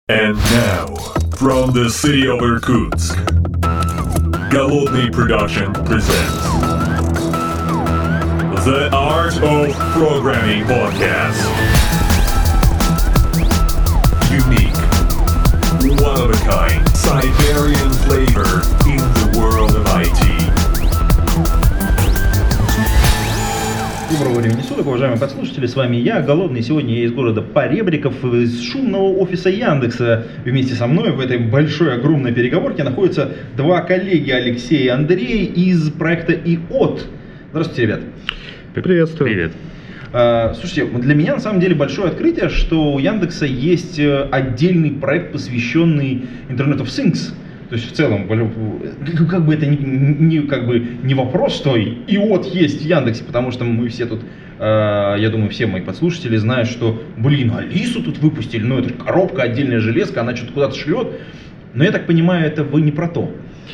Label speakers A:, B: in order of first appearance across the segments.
A: And now, from the city of Irkutsk, Голодный Production presents The Art of Programming Podcast. Unique, one-of-a-kind, Siberian flavor in the world of IT.
B: Доброго времени суток, уважаемые подслушатели, с вами я, Голодный. Сегодня я из города Поребриков, из шумного офиса Яндекса. Вместе со мной в этой большой, огромной переговорке находятся два коллеги, Алексей и Андрей, из проекта ИОТ. Здравствуйте, ребят.
C: Приветствую.
D: Привет.
B: Слушайте, для меня на самом деле большое открытие, что у Яндекса есть отдельный проект, посвященный Internet of Things. То есть в целом, как бы это не вопрос, что ИОТ есть в Яндексе, потому что мы все тут, я думаю, все мои подслушатели знают, что, Алису тут выпустили, ну это коробка, отдельная железка, она что-то куда-то шлет. Но я так понимаю, это вы не про то.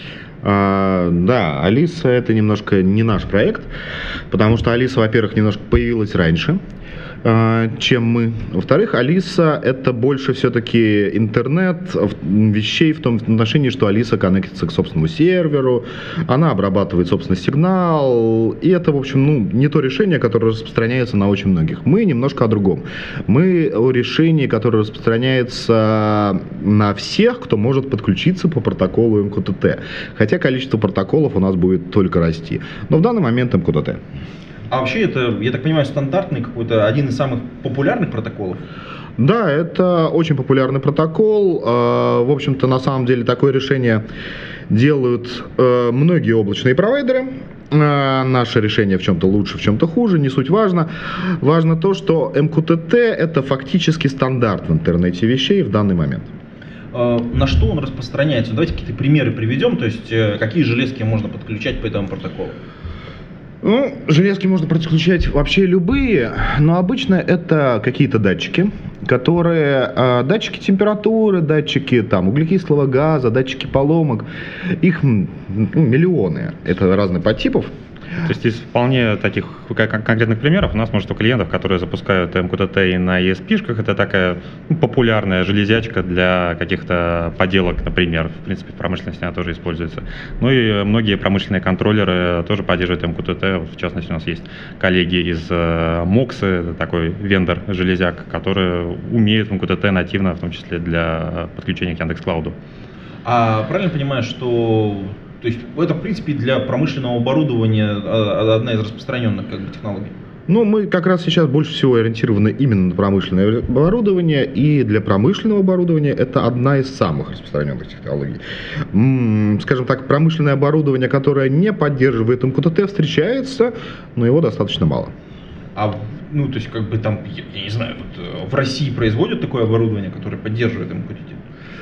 C: Да, Алиса это немножко не наш проект, потому что Алиса, во-первых, немножко появилась раньше, чем мы. Во-вторых, Алиса это больше все-таки интернет вещей в том отношении, что Алиса коннектится к собственному серверу, она обрабатывает собственный сигнал, и это, в общем, не то решение, которое распространяется на очень многих. Мы немножко о другом. Мы о решении, которое распространяется на всех, кто может подключиться по протоколу МКТТ. Хотя количество протоколов у нас будет только расти. Но в данный момент МКТТ.
B: А вообще это, я так понимаю, стандартный какой-то, один из самых популярных протоколов?
C: Да, это очень популярный протокол. В общем-то, на самом деле, такое решение делают многие облачные провайдеры. Наше решение в чем-то лучше, в чем-то хуже, не суть важно. Важно то, что МКТТ это фактически стандарт в интернете вещей в данный момент.
B: На что он распространяется? Давайте какие-то примеры приведем, то есть какие железки можно подключать по этому протоколу?
C: Железки можно подключать вообще любые, но обычно это какие-то датчики, которые датчики температуры, датчики углекислого газа, датчики поломок, их миллионы, это разных подтипов.
D: То есть из вполне таких конкретных примеров у нас множество клиентов, которые запускают МКТТ и на ESP-шках. Это такая популярная железячка для каких-то поделок, например. В принципе, в промышленности она тоже используется. Ну и многие промышленные контроллеры тоже поддерживают МКТТ. В частности, у нас есть коллеги из Mox, это такой вендор железяк, которые умеют МКТТ нативно, в том числе для подключения к Яндекс.Клауду.
B: А правильно понимаю, что... То есть это, в принципе, для промышленного оборудования одна из распространенных технологий?
C: Мы как раз сейчас больше всего ориентированы именно на промышленное оборудование, и для промышленного оборудования это одна из самых распространенных технологий. Скажем так, промышленное оборудование, которое не поддерживает МКТТ, встречается, но его достаточно мало.
B: А, я не знаю, в России производят такое оборудование, которое поддерживает МКТТ?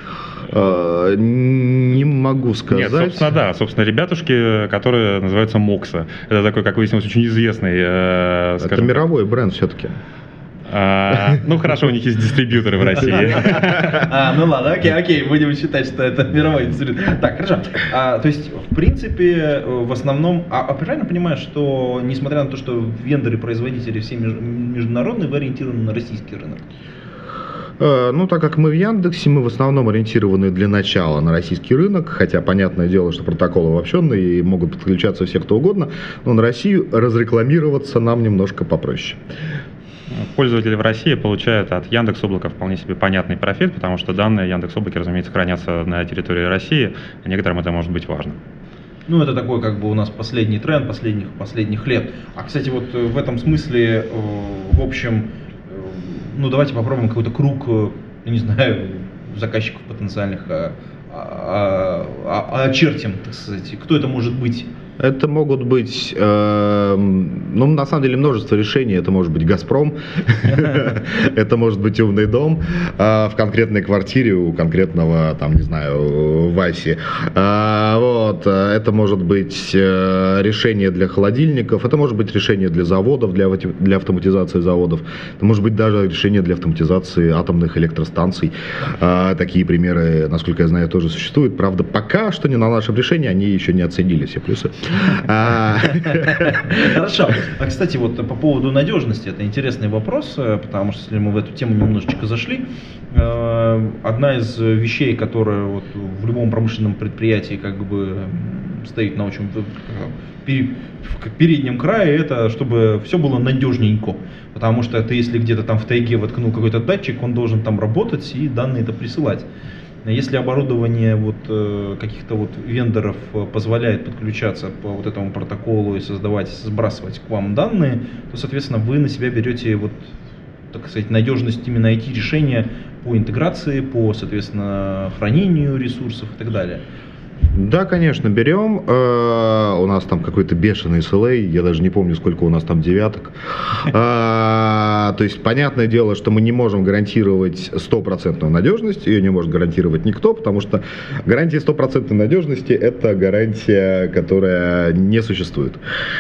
C: Не могу сказать.
D: Нет, собственно, ребятушки, которые называются Mox. Это такой, как выяснилось, очень известный,
C: это мировой бренд все-таки.
D: Хорошо, у них есть дистрибьюторы в России.
B: Ладно, окей, будем считать, что это мировой дистрибьютор. Так, хорошо. То есть, в принципе, в основном, правильно понимаю, что, несмотря на то, что вендоры-производители все международные, вы ориентированы на российский рынок?
C: Так как мы в Яндексе, мы в основном ориентированы для начала на российский рынок, хотя понятное дело, что протоколы обобщенные и могут подключаться все кто угодно, но на Россию разрекламироваться нам немножко попроще.
D: Пользователи в России получают от Яндекс.Облака вполне себе понятный профит, потому что данные Яндекс.Облаке, разумеется, хранятся на территории России, а некоторым это может быть важно.
B: Это такой у нас последний тренд последних лет. А, кстати, вот в этом смысле, в общем, давайте попробуем какой-то круг, заказчиков потенциальных очертим, так сказать. Кто это может быть?
C: Это могут быть, на самом деле, множество решений. Это может быть «Газпром», это может быть «Умный дом» в конкретной квартире у конкретного, Васи. Это может быть решение для холодильников, это может быть решение для заводов, для автоматизации заводов, это может быть даже решение для автоматизации атомных электростанций. Такие примеры, насколько я знаю, тоже существуют. Правда, пока что не на нашем решении, они еще не оценили все плюсы.
B: Хорошо. А, кстати, вот по поводу надежности, это интересный вопрос, потому что если мы в эту тему немножечко зашли, одна из вещей, которая вот в любом промышленном предприятии как бы стоит на очень в переднем крае, это чтобы все было надежненько. Потому что ты, если где-то там в тайге воткнул какой-то датчик, он должен там работать и данные это присылать. Если оборудование вот, каких-то вот вендоров позволяет подключаться по вот этому протоколу и создавать, сбрасывать к вам данные, то, соответственно, вы на себя берете вот, так сказать, надежность именно IT-решения по интеграции, по, соответственно, хранению ресурсов и так далее.
C: Да, конечно, берем. У нас там какой-то бешеный SLA, я даже не помню, сколько у нас там девяток. То есть, понятное дело, что мы не можем гарантировать стопроцентную надежность, ее не может гарантировать никто, потому что гарантия стопроцентной надежности – это гарантия, которая не существует.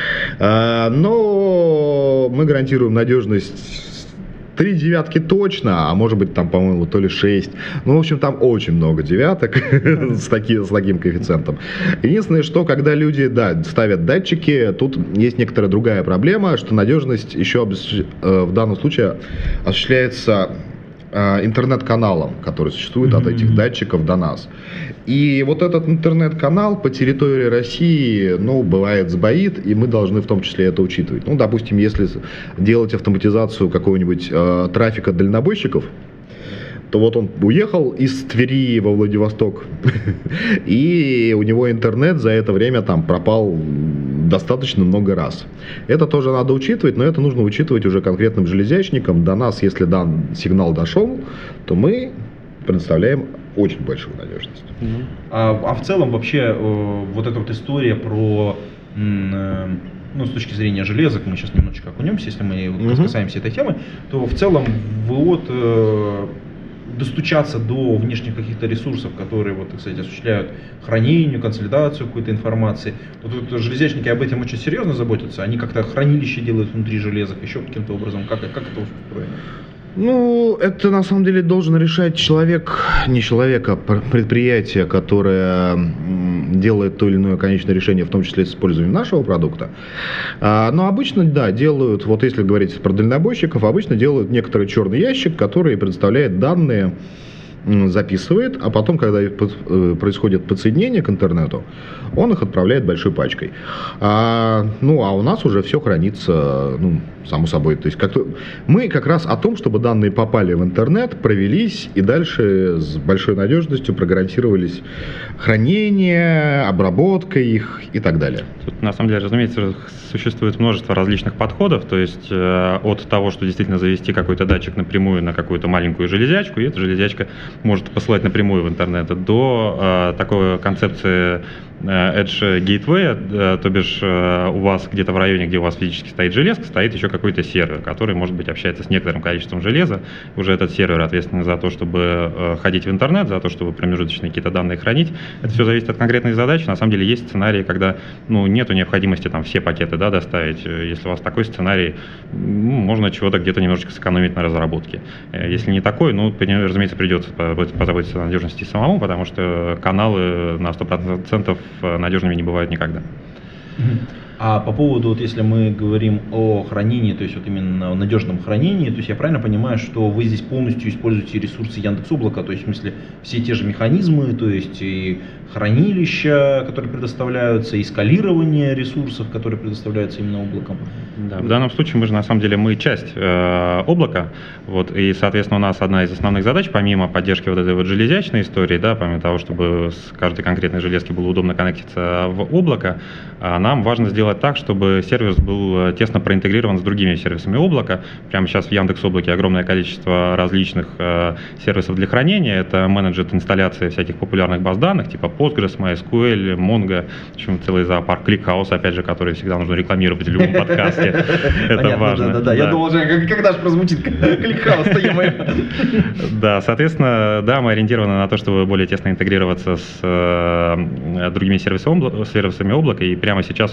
C: Но мы гарантируем надежность 3 девятки точно, а может быть там, по-моему, то ли 6. Ну, в общем, там очень много девяток с таким коэффициентом. Единственное, что когда люди, ставят датчики, тут есть некоторая другая проблема, что надежность еще в данном случае осуществляется интернет-каналом, который существует от этих датчиков до нас. И вот этот интернет-канал по территории России, бывает сбоит, и мы должны в том числе это учитывать. Допустим, если делать автоматизацию какого-нибудь трафика дальнобойщиков, то вот он уехал из Твери во Владивосток, и у него интернет за это время там пропал достаточно много раз. Это тоже надо учитывать, но это нужно учитывать уже конкретным железячникам. До нас, если сигнал дошел, то мы предоставляем очень большую надежность.
B: А в целом вообще вот эта вот история про, с точки зрения железок, мы сейчас немножечко окунемся, если мы касаемся этой темы, то в целом достучаться до внешних каких-то ресурсов, которые, кстати, осуществляют хранение, консолидацию какой-то информации. Вот железячники об этом очень серьезно заботятся, они как-то хранилище делают внутри железок, еще каким-то образом, как это устроено?
C: Это на самом деле должен решать предприятие, которое делает то или иное конечное решение, в том числе с использованием нашего продукта. Но обычно, делают, вот если говорить про дальнобойщиков, обычно делают некоторый черный ящик, который предоставляет данные, записывает, а потом, когда происходит подсоединение к интернету, он их отправляет большой пачкой. А у нас уже все хранится, само собой. То есть мы как раз о том, чтобы данные попали в интернет, провелись и дальше с большой надежностью прогарантировались хранение, обработка их и так далее.
D: Тут, на самом деле, разумеется, существует множество различных подходов, то есть от того, что действительно завести какой-то датчик напрямую на какую-то маленькую железячку, и эта железячка может посылать напрямую в интернет, до такой концепции Edge Gateway, то бишь у вас где-то в районе, где у вас физически стоит железка, стоит еще какой-то сервер, который, может быть, общается с некоторым количеством железа. Уже этот сервер ответственен за то, чтобы ходить в интернет, за то, чтобы промежуточные какие-то данные хранить. Это все зависит от конкретной задачи. На самом деле есть сценарии, когда нету необходимости там все пакеты доставить. Если у вас такой сценарий, можно чего-то где-то немножечко сэкономить на разработке. Если не такой, разумеется, придется позаботиться о надежности самому, потому что каналы на 100% надежными не бывают никогда.
B: А по поводу, если мы говорим о хранении, то есть именно о надежном хранении, то есть я правильно понимаю, что вы здесь полностью используете ресурсы Яндекс.Облака, то есть в смысле все те же механизмы, то есть и хранилища, которые предоставляются, и скалирование ресурсов, которые предоставляются именно облаком?
D: Да, в данном случае мы часть облака, и, соответственно, у нас одна из основных задач, помимо поддержки этой железячной истории, помимо того, чтобы с каждой конкретной железки было удобно коннектиться в облако, нам важно сделать так, чтобы сервис был тесно проинтегрирован с другими сервисами облака. Прямо сейчас в Яндекс.Облаке огромное количество различных сервисов для хранения. Это менеджер инсталляции всяких популярных баз данных, типа Postgres, MySQL, Mongo, в общем, целый зоопарк, ClickHouse, опять же, который всегда нужно рекламировать в любом подкасте. Это важно.
B: Да. Я думал, когда же прозвучит ClickHouse,
D: Да, соответственно, мы ориентированы на то, чтобы более тесно интегрироваться с другими сервисами облака, и прямо сейчас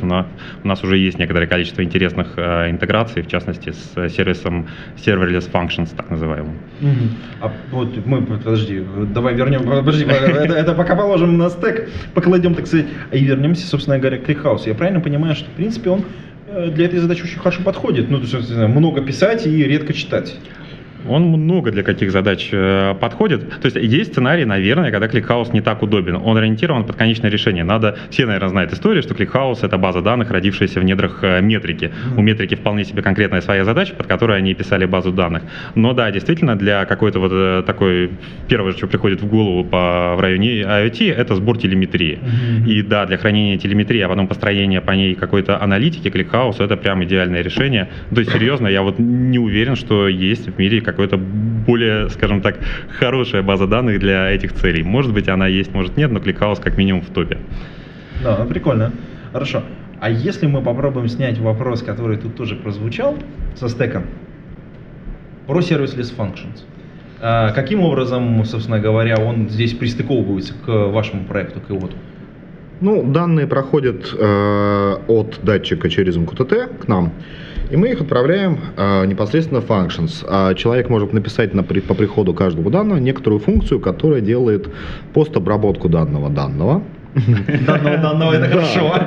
D: у нас уже есть некоторое количество интересных интеграций, в частности, с сервисом Serverless Functions, так называемым.
B: А вот мы, подожди, давай вернем, это пока положим на стек, покладем, так сказать, и вернемся, собственно говоря, к ClickHouse. Я правильно понимаю, что, в принципе, он для этой задачи очень хорошо подходит? Ну, то есть, много писать и редко читать.
D: Он много для каких задач подходит. То есть есть сценарий, наверное, когда ClickHouse не так удобен. Он ориентирован под конечное решение. Все, наверное, знают историю, что ClickHouse — это база данных, родившаяся в недрах метрики. У метрики вполне себе конкретная своя задача, под которой они писали базу данных. Но да, действительно, для какой-то вот такой, первое, что приходит в голову в районе IoT, это сбор телеметрии. И да, для хранения телеметрии, а потом построения по ней какой-то аналитики, ClickHouse — это прям идеальное решение. То есть, серьезно, я вот не уверен, что есть в мире какой-то более, скажем так, хорошая база данных для этих целей. Может быть, она есть, может нет, но ClickHouse как минимум в топе.
B: Да, прикольно. Хорошо. А если мы попробуем снять вопрос, который тут тоже прозвучал со стеком, про Serverless Functions. Каким образом, собственно говоря, он здесь пристыковывается к вашему проекту, к IOT?
C: Ну, данные проходят от датчика через MQTT к нам, и мы их отправляем непосредственно в Functions. Человек может написать по приходу каждого данного некоторую функцию, которая делает постобработку данного.
B: Данного, это хорошо.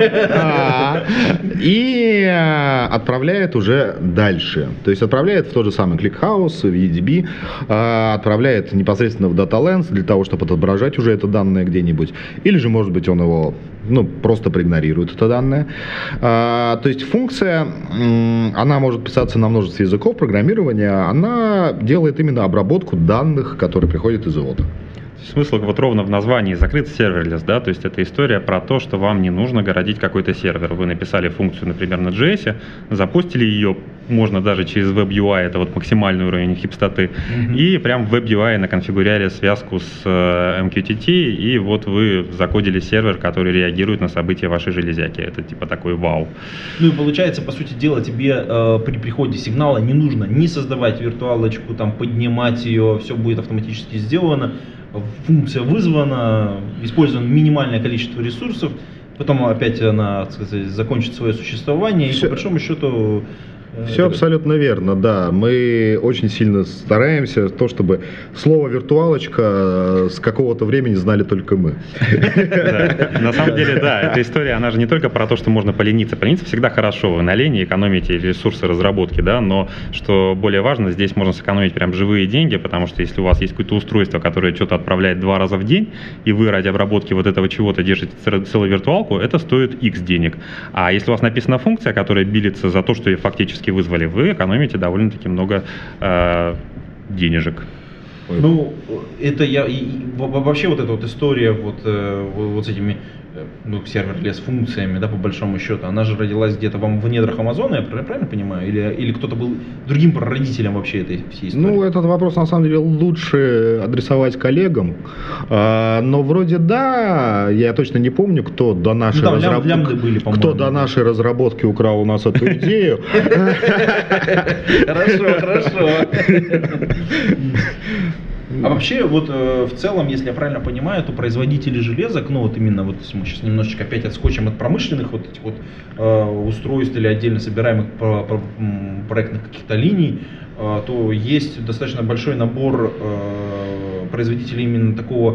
C: И отправляет уже дальше. То есть отправляет в тот же самый ClickHouse, в EDB, отправляет непосредственно в DataLens для того, чтобы отображать уже это данное где-нибудь. Или же, может быть, он его просто проигнорирует, это данное. То есть функция, она может писаться на множестве языков программирования, она делает именно обработку данных, которые приходят из IOT.
D: Смысл вот ровно в названии закрыт serverless, да, то есть это история про то, что вам не нужно городить какой-то сервер. Вы написали функцию, например, на JS, запустили ее, можно даже через WebUI, это вот максимальный уровень хипстоты, и прям в WebUI наконфигуряли связку с MQTT, и вот вы закодили сервер, который реагирует на события вашей железяки. Это типа такой вау.
B: Ну и получается, по сути дела, тебе при приходе сигнала не нужно ни создавать виртуалочку, там, поднимать ее, все будет автоматически сделано. Функция вызвана, использовано минимальное количество ресурсов, потом опять она, так сказать, закончит свое существование, и по большому счету...
C: Все абсолютно верно, да. Мы очень сильно стараемся, чтобы слово «виртуалочка» с какого-то времени знали только мы.
D: На самом деле, да, эта история, она же не только про то, что можно полениться. Полениться всегда хорошо, вы на лени экономите ресурсы разработки, да, но, что более важно, здесь можно сэкономить прям живые деньги, потому что если у вас есть какое-то устройство, которое что-то отправляет 2 раза в день, и вы ради обработки вот этого чего-то держите целую виртуалку, это стоит X денег. А если у вас написана функция, которая билится за то, что фактически вызвали, вы экономите довольно-таки много денежек.
B: Ну, это вообще вот эта вот история вот с этими серверлесс функциями, да, по большому счету, она же родилась где-то в недрах Амазона, я правильно понимаю? Или кто-то был другим прародителем вообще этой всей истории?
C: Ну, этот вопрос на самом деле лучше адресовать коллегам, но вроде да, я точно не помню, кто до нашей разработки украл у нас эту идею.
B: Хорошо. А вообще, вот в целом, если я правильно понимаю, то производители железок, ну вот именно вот мы сейчас немножечко опять отскочим от промышленных вот этих вот устройств или отдельно собираемых проектных каких-то линий, то есть достаточно большой набор производителей именно такого,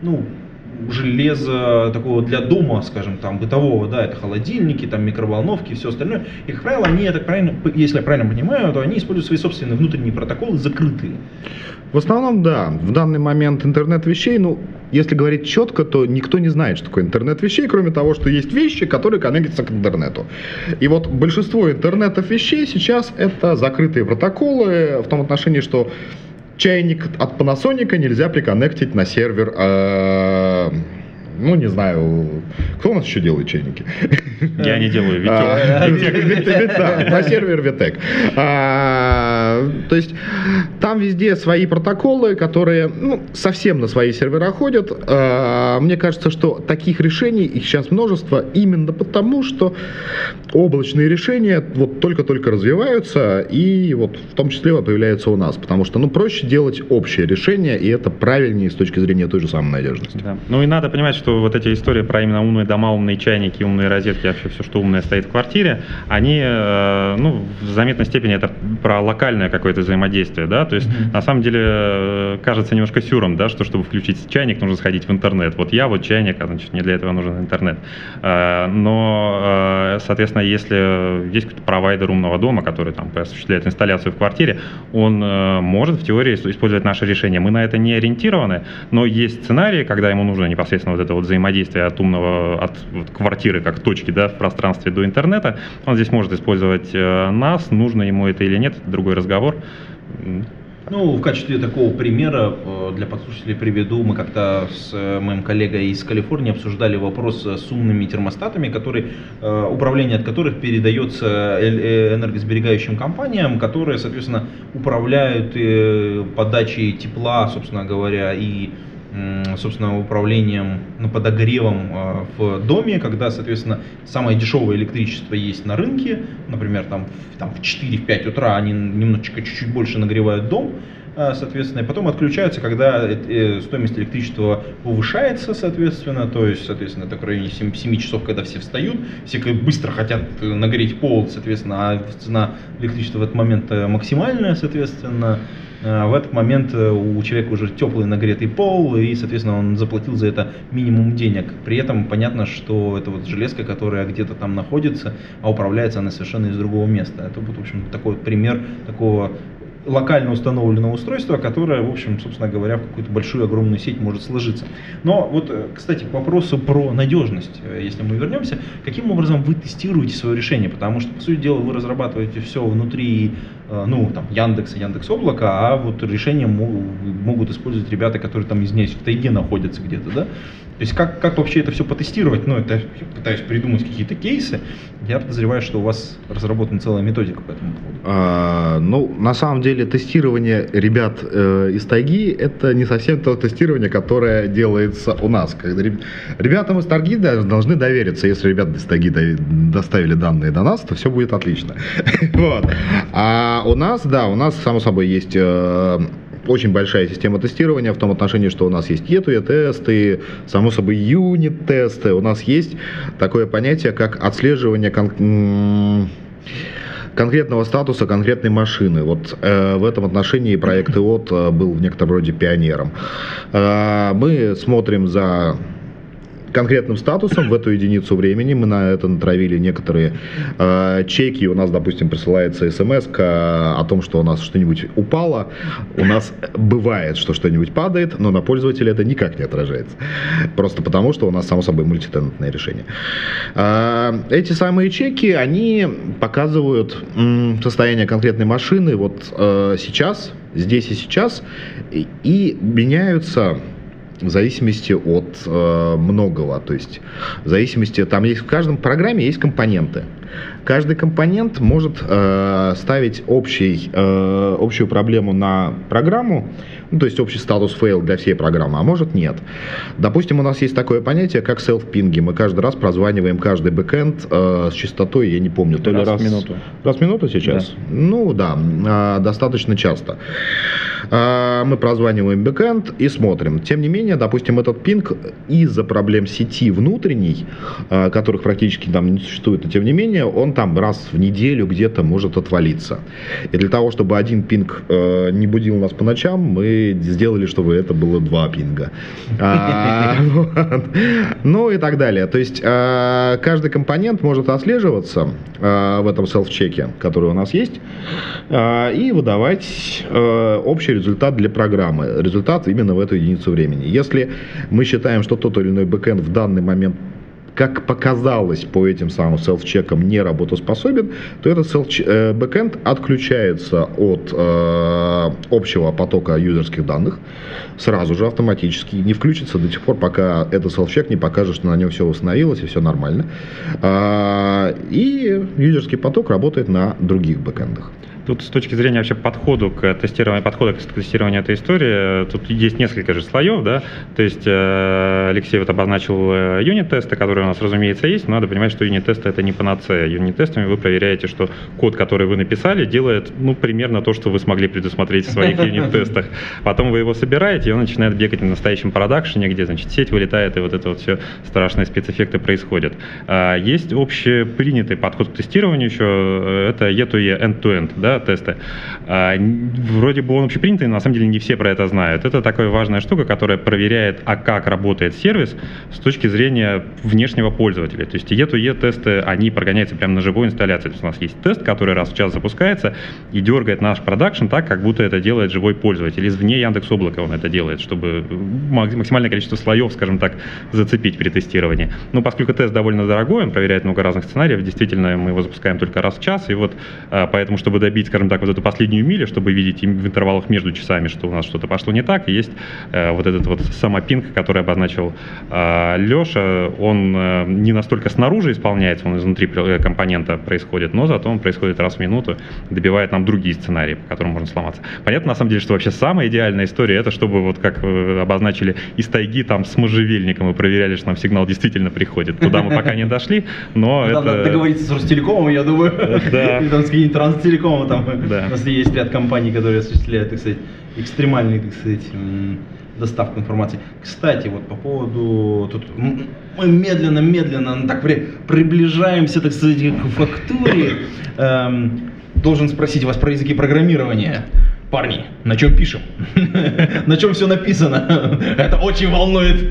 B: железа такого для дома, скажем, там, бытового, да, это холодильники, там, микроволновки и все остальное. И, как правило, они, если я правильно понимаю, то они используют свои собственные внутренние протоколы закрытые.
C: В основном, да. В данный момент интернет вещей, если говорить четко, то никто не знает, что такое интернет вещей, кроме того, что есть вещи, которые коннектятся к интернету. И вот большинство интернетов вещей сейчас это закрытые протоколы в том отношении, что чайник от Panasonic нельзя приконнектить на сервер, не знаю, кто у нас еще делает чайники?
D: Я не делаю, VTech.
C: На сервер VTech. То есть там везде свои протоколы, которые совсем на свои сервера ходят. Мне кажется, что таких решений, их сейчас множество, именно потому, что облачные решения вот только-только развиваются, и вот в том числе появляются у нас, потому что проще делать общее решение, и это правильнее с точки зрения той же самой надежности.
D: Да. И надо понимать, что что вот эти истории про именно умные дома, умные чайники, умные розетки, вообще все, что умное стоит в квартире, они, в заметной степени это про локальное какое-то взаимодействие, да, то есть на самом деле кажется немножко сюром, да, что чтобы включить чайник, нужно сходить в интернет. Вот я чайник, а значит, мне для этого нужен интернет. Но, соответственно, если есть какой-то провайдер умного дома, который там осуществляет инсталляцию в квартире, он может в теории использовать наше решение. Мы на это не ориентированы, но есть сценарии, когда ему нужно непосредственно вот это вот взаимодействие от квартиры как точки, да, в пространстве до интернета. Он здесь может использовать нас, нужно ему это или нет, это другой разговор.
B: В качестве такого примера для подслушателей приведу, мы как-то с моим коллегой из Калифорнии обсуждали вопрос с умными термостатами, управление от которых передается энергосберегающим компаниям, которые, соответственно, управляют подачей тепла, собственно говоря, и управлением, подогревом в доме, когда, соответственно, самое дешевое электричество есть на рынке, например, там в 4-5 утра они немножечко чуть-чуть больше нагревают дом, соответственно, и потом отключаются, когда стоимость электричества повышается, соответственно, то есть, соответственно, это в районе 7 часов, когда все встают, все быстро хотят нагреть пол, соответственно, а цена электричества в этот момент максимальная, соответственно. В этот момент у человека уже теплый нагретый пол, и, соответственно, он заплатил за это минимум денег. При этом понятно, что это вот железка, которая где-то там находится, а управляется она совершенно из другого места. Это вот, в общем, такой пример такого локально установленного устройства, которое, в общем, собственно говоря, в какую-то большую, огромную сеть может сложиться. Но вот, кстати, к вопросу про надежность, если мы вернемся, каким образом вы тестируете свое решение? Потому что, по сути дела, вы разрабатываете все внутри, Яндекса, Яндекс.Облака, а вот решения могут использовать ребята, которые там, извиняюсь, в тайге находятся где-то, да? То есть как вообще это все потестировать? Это я пытаюсь придумать какие-то кейсы. Я подозреваю, что у вас разработана целая методика по этому поводу.
C: На самом деле тестирование ребят из тайги — это не совсем то тестирование, которое делается у нас. Когда ребятам из тайги должны довериться. Если ребята из тайги доставили данные до нас, то все будет отлично. А у нас, само собой, есть очень большая система тестирования в том отношении, что у нас есть E2E-тесты, само собой юнит-тесты, у нас есть такое понятие, как отслеживание конкретного статуса конкретной машины. Вот в этом отношении проект ИОТ был в некотором роде пионером. Мы смотрим за конкретным статусом в эту единицу времени, мы на это натравили некоторые чеки, у нас, допустим, присылается смс о том, что у нас что-нибудь упало, у нас бывает, что что-нибудь падает, но на пользователя это никак не отражается, просто потому, что у нас, само собой, мультитенантное решение. Эти самые чеки, они показывают состояние конкретной машины вот сейчас, здесь и сейчас, и меняются в зависимости от многого, то есть в зависимости, там есть в каждом программе есть компоненты. Каждый компонент может ставить общую проблему на программу, то есть общий статус fail для всей программы, а может нет. Допустим, у нас есть такое понятие, как self-пинги. Мы каждый раз прозваниваем каждый бэкэнд с частотой, я не помню, то ли раз в минуту. Раз в минуту сейчас? Да. Достаточно часто. Мы прозваниваем бэкэнд и смотрим. Тем не менее, допустим, этот пинг из-за проблем сети внутренней, которых практически там не существует, но тем не менее, он там раз в неделю где-то может отвалиться. И для того, чтобы один пинг не будил нас по ночам, мы сделали, чтобы это было 2 пинга. Ну и так далее. То есть каждый компонент может отслеживаться в этом селф-чеке, который у нас есть, и выдавать общий результат для программы. Результат именно в эту единицу времени. Если мы считаем, что тот или иной бэкэнд в данный момент, как показалось по этим самым селф-чекам, не работоспособен, то этот бэкэнд отключается от общего потока юзерских данных сразу же автоматически, не включится до тех пор, пока этот селф-чек не покажет, что на нем все восстановилось и все нормально. И юзерский поток работает на других бэкэндах.
D: Тут с точки зрения вообще подхода к тестированию этой истории, тут есть несколько же слоев, да, то есть Алексей вот обозначил юнит-тесты, которые у нас, разумеется, есть, но надо понимать, что юнит-тесты это не панацея. Юнит-тестами вы проверяете, что код, который вы написали, делает, примерно то, что вы смогли предусмотреть в своих юнит-тестах. Потом вы его собираете, и он начинает бегать на настоящем продакшене, где, значит, сеть вылетает, и вот это вот все страшные спецэффекты происходят. Есть общепринятый подход к тестированию еще, это E2E, end-to-end, да, тесты. Вроде бы он общепринятый, но на самом деле не все про это знают. Это такая важная штука, которая проверяет, как работает сервис с точки зрения внешнего пользователя. То есть E2E тесты, они прогоняются прямо на живой инсталляции. То есть у нас есть тест, который раз в час запускается и дергает наш продакшн так, как будто это делает живой пользователь. Извне Яндекс.Облака он это делает, чтобы максимальное количество слоев, скажем так, зацепить при тестировании. Но поскольку тест довольно дорогой, он проверяет много разных сценариев, действительно мы его запускаем только раз в час, и вот поэтому, чтобы добить, скажем так, вот эту последнюю милю, чтобы видеть в интервалах между часами, что у нас что-то пошло не так, есть вот этот вот самопинг, который обозначил Леша, он не настолько снаружи исполняется, он изнутри компонента происходит, но зато он происходит раз в минуту, добивает нам другие сценарии, по которым можно сломаться. Понятно, на самом деле, что вообще самая идеальная история, это чтобы, вот как обозначили, из тайги там с можжевельником мы проверяли, что нам сигнал действительно приходит. Туда мы пока не дошли, но это...
B: Надо договориться с Ростелекомом, я думаю, или там с каким-нибудь Транстелекомом, там, у нас есть ряд компаний, которые осуществляют, так сказать, экстремальную, так сказать, доставку информации. Кстати, вот по поводу... Тут мы медленно так приближаемся, так сказать, к фактуре. Должен спросить вас про языки программирования. Парни, на чем пишем? На чем все написано? Это очень волнует.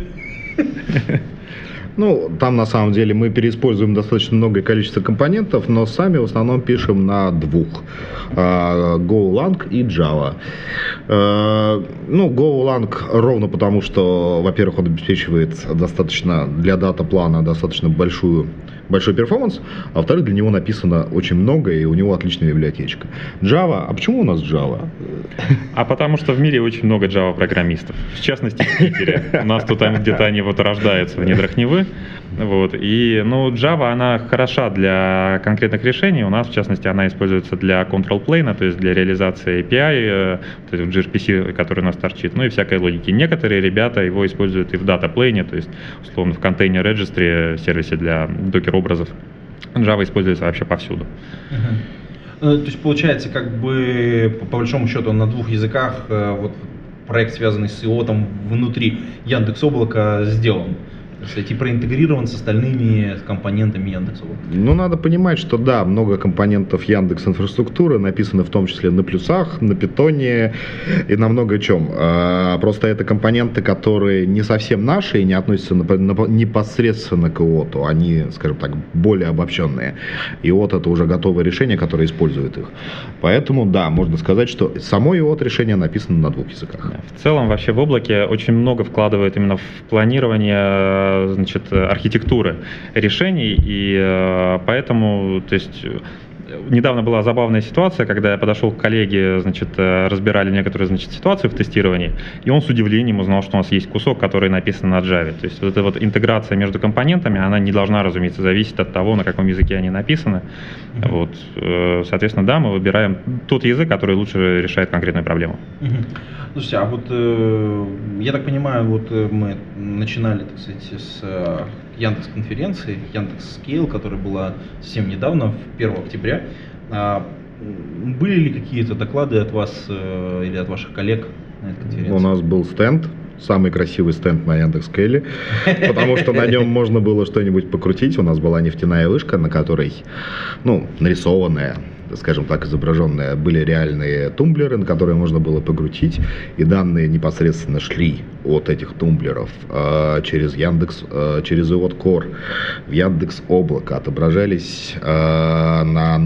C: Там на самом деле мы переиспользуем достаточно многое количество компонентов, но сами в основном пишем на двух. Golang и Java. Golang ровно потому, что, во-первых, он обеспечивает достаточно для дата-плана достаточно большой перформанс, а во-вторых, для него написано очень много, и у него отличная библиотечка. Java, а почему у нас Java?
D: А потому что в мире очень много Java-программистов, в частности в Питере. У нас тут где-то они вот рождаются в недрах Невы. Вот. И, Java, она хороша для конкретных решений. У нас, в частности, она используется для control plane, то есть для реализации API, то есть в gRPC, который у нас торчит, и всякой логики. Некоторые ребята его используют и в data plane, то есть, условно, в контейнер registry, сервисе для докер-образов. Java используется вообще повсюду.
B: То есть, получается, по большому счету, на двух языках проект, связанный с IoT внутри Яндекс.Облака, сделан. И проинтегрирован с остальными компонентами Яндекс.Облака.
C: Надо понимать, что да, много компонентов Яндекс.Инфраструктуры написаны в том числе на плюсах, на питоне и на много чем. Просто это компоненты, которые не совсем наши и не относятся непосредственно к IoT. Они, скажем так, более обобщенные. IoT — это уже готовое решение, которое использует их. Поэтому, да, можно сказать, что само IoT решение написано на двух языках.
D: В целом, вообще в облаке очень много вкладывает именно в планирование архитектуры решений, и поэтому, то есть, недавно была забавная ситуация, когда я подошел к коллеге, разбирали некоторые, ситуации в тестировании, и он с удивлением узнал, что у нас есть кусок, который написан на Java. То есть вот эта интеграция между компонентами, она не должна, разумеется, зависеть от того, на каком языке они написаны. Вот. Соответственно, да, мы выбираем тот язык, который лучше решает конкретную проблему.
B: Слушайте, я так понимаю, мы начинали, так сказать, с Яндекс-конференции, Яндекс.Scale, которая была совсем недавно, 1 октября. Были ли какие-то доклады от вас или от ваших коллег на этой конференции?
C: У нас был стенд, самый красивый стенд на Яндекс.Scale, потому что на нем можно было что-нибудь покрутить. У нас была нефтяная вышка, на которой, нарисованная, скажем так, изображенные были реальные тумблеры, на которые можно было покрутить, и данные непосредственно шли от этих тумблеров через Яндекс, через IoT Core в Яндекс.Облако, отображались на...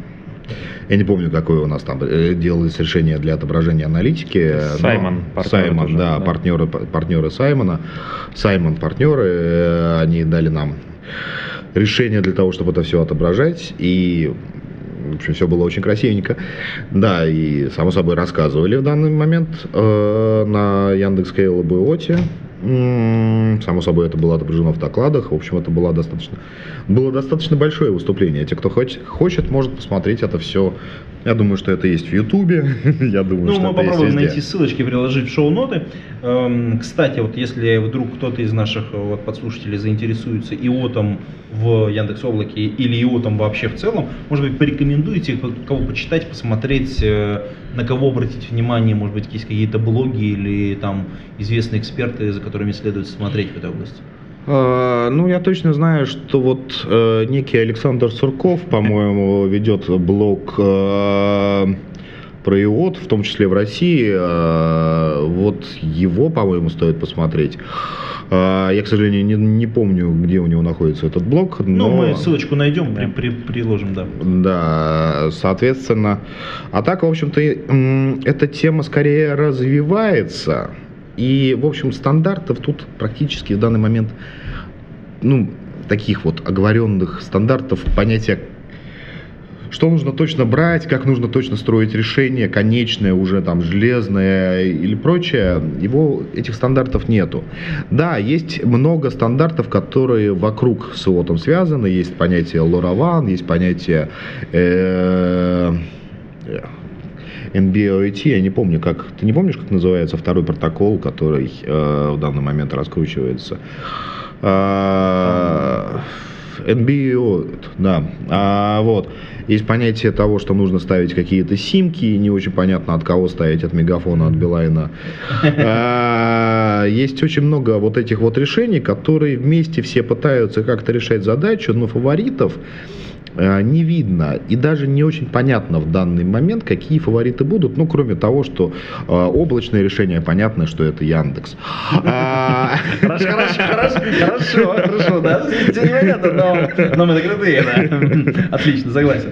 C: Я не помню, какое у нас там делалось решение для отображения аналитики.
D: Саймон,
C: да, партнеры Саймона. Саймон партнеры, они дали нам решение для того, чтобы это все отображать, и в общем, все было очень красивенько. Да, и, само собой, рассказывали в данный момент на Яндекс.Scale об IoT. Само собой, это было отображено в докладах. В общем, это было достаточно большое выступление. Те, кто хочет, может посмотреть это все Я думаю, что это есть в Ютубе. Я думаю, что
B: мы
C: это
B: попробуем
C: есть
B: найти
C: везде.
B: ссылочки, приложить в шоу-ноты. Кстати, вот если вдруг кто-то из наших подслушателей заинтересуется ИОТом в Яндекс.Облаке или ИОТом вообще в целом, может быть, порекомендуйте, кого почитать, посмотреть, на кого обратить внимание, может быть, есть какие-то блоги или там известные эксперты, за которыми следует смотреть в этой области.
C: Я точно знаю, что вот некий Александр Сурков, по-моему, ведет блог про ИОТ, в том числе в России. Вот его, по-моему, стоит посмотреть. Я, к сожалению, не помню, где у него находится этот блог. Но
B: мы ссылочку найдем, приложим, да.
C: Да, соответственно. А так, в общем-то, эта тема скорее развивается. И, в общем, стандартов тут практически в данный момент, таких вот оговоренных стандартов, понятия, что нужно точно брать, как нужно точно строить решение, конечное, уже там железное или прочее, этих стандартов нету. Да, есть много стандартов, которые вокруг с ИОТом связаны. Есть понятие LoRaWAN, есть понятие NB-IoT, я не помню, ты не помнишь, как называется второй протокол, который в данный момент раскручивается? NB-IoT, да. Вот. Есть понятие того, что нужно ставить какие-то симки, и не очень понятно, от кого ставить, от Мегафона, от Билайна. Есть очень много вот этих вот решений, которые вместе все пытаются как-то решать задачу, но фаворитов не видно. И даже не очень понятно в данный момент, какие фавориты будут, кроме того, что облачное решение, понятно, что это Яндекс.
B: Хорошо, да? Все непонятно, но мы закрытые, да. Отлично, согласен.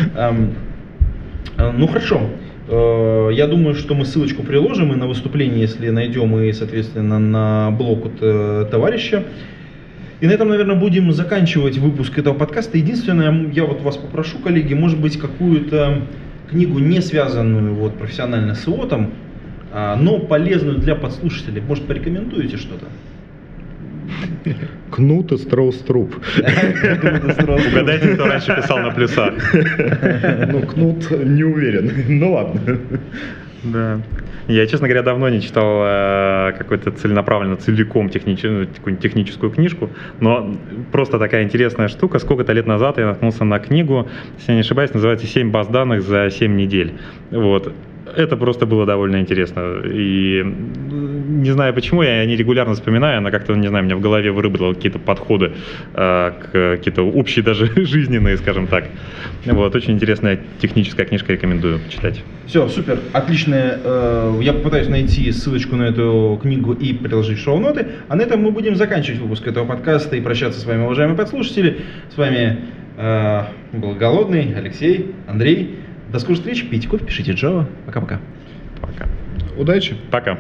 B: Хорошо. Я думаю, что мы ссылочку приложим и на выступление, если найдем, и, соответственно, на блог от товарища. И на этом, наверное, будем заканчивать выпуск этого подкаста. Единственное, я вот вас попрошу, коллеги, может быть, какую-то книгу, не связанную профессионально с ИОТом, но полезную для подслушателей. Может, порекомендуете что-то?
C: Кнут и Строуструп.
D: Угадайте, кто раньше писал на плюсах.
C: Кнут не уверен. Ладно.
D: Да. Я, честно говоря, давно не читал какой-то целенаправленно, целиком техническую книжку, но просто такая интересная штука. Сколько-то лет назад я наткнулся на книгу, если я не ошибаюсь, называется «7 баз данных за 7 недель». Вот. Это просто было довольно интересно. И не знаю почему, я не регулярно вспоминаю, она как-то, не знаю, у меня в голове выработала какие-то подходы, какие-то общие даже жизненные, скажем так. Вот, очень интересная техническая книжка, рекомендую почитать.
B: Все, супер, отлично. Я попытаюсь найти ссылочку на эту книгу и приложить в шоу-ноты. А на этом мы будем заканчивать выпуск этого подкаста и прощаться с вами, уважаемые подслушатели. С вами был Голодный, Алексей, Андрей. До скорой встречи, пейте кофе, пишите Java. Пока-пока.
D: Пока.
C: Удачи.
D: Пока.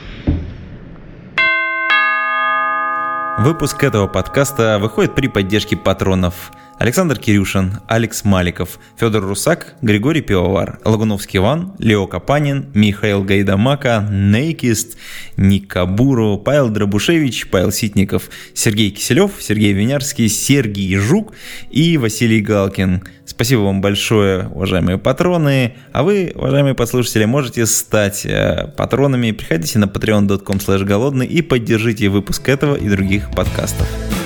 E: Выпуск этого подкаста выходит при поддержке патронов: Александр Кирюшин, Алекс Маликов, Федор Русак, Григорий Пивовар, Лагуновский Иван, Лео Капанин, Михаил Гайдамака, Нейкист, Ник Кабуру, Павел Дробушевич, Павел Ситников, Сергей Киселев, Сергей Винярский, Сергей Жук и Василий Галкин. Спасибо вам большое, уважаемые патроны. А вы, уважаемые подслушатели, можете стать патронами. Приходите на patreon.com/голодный и поддержите выпуск этого и других подкастов.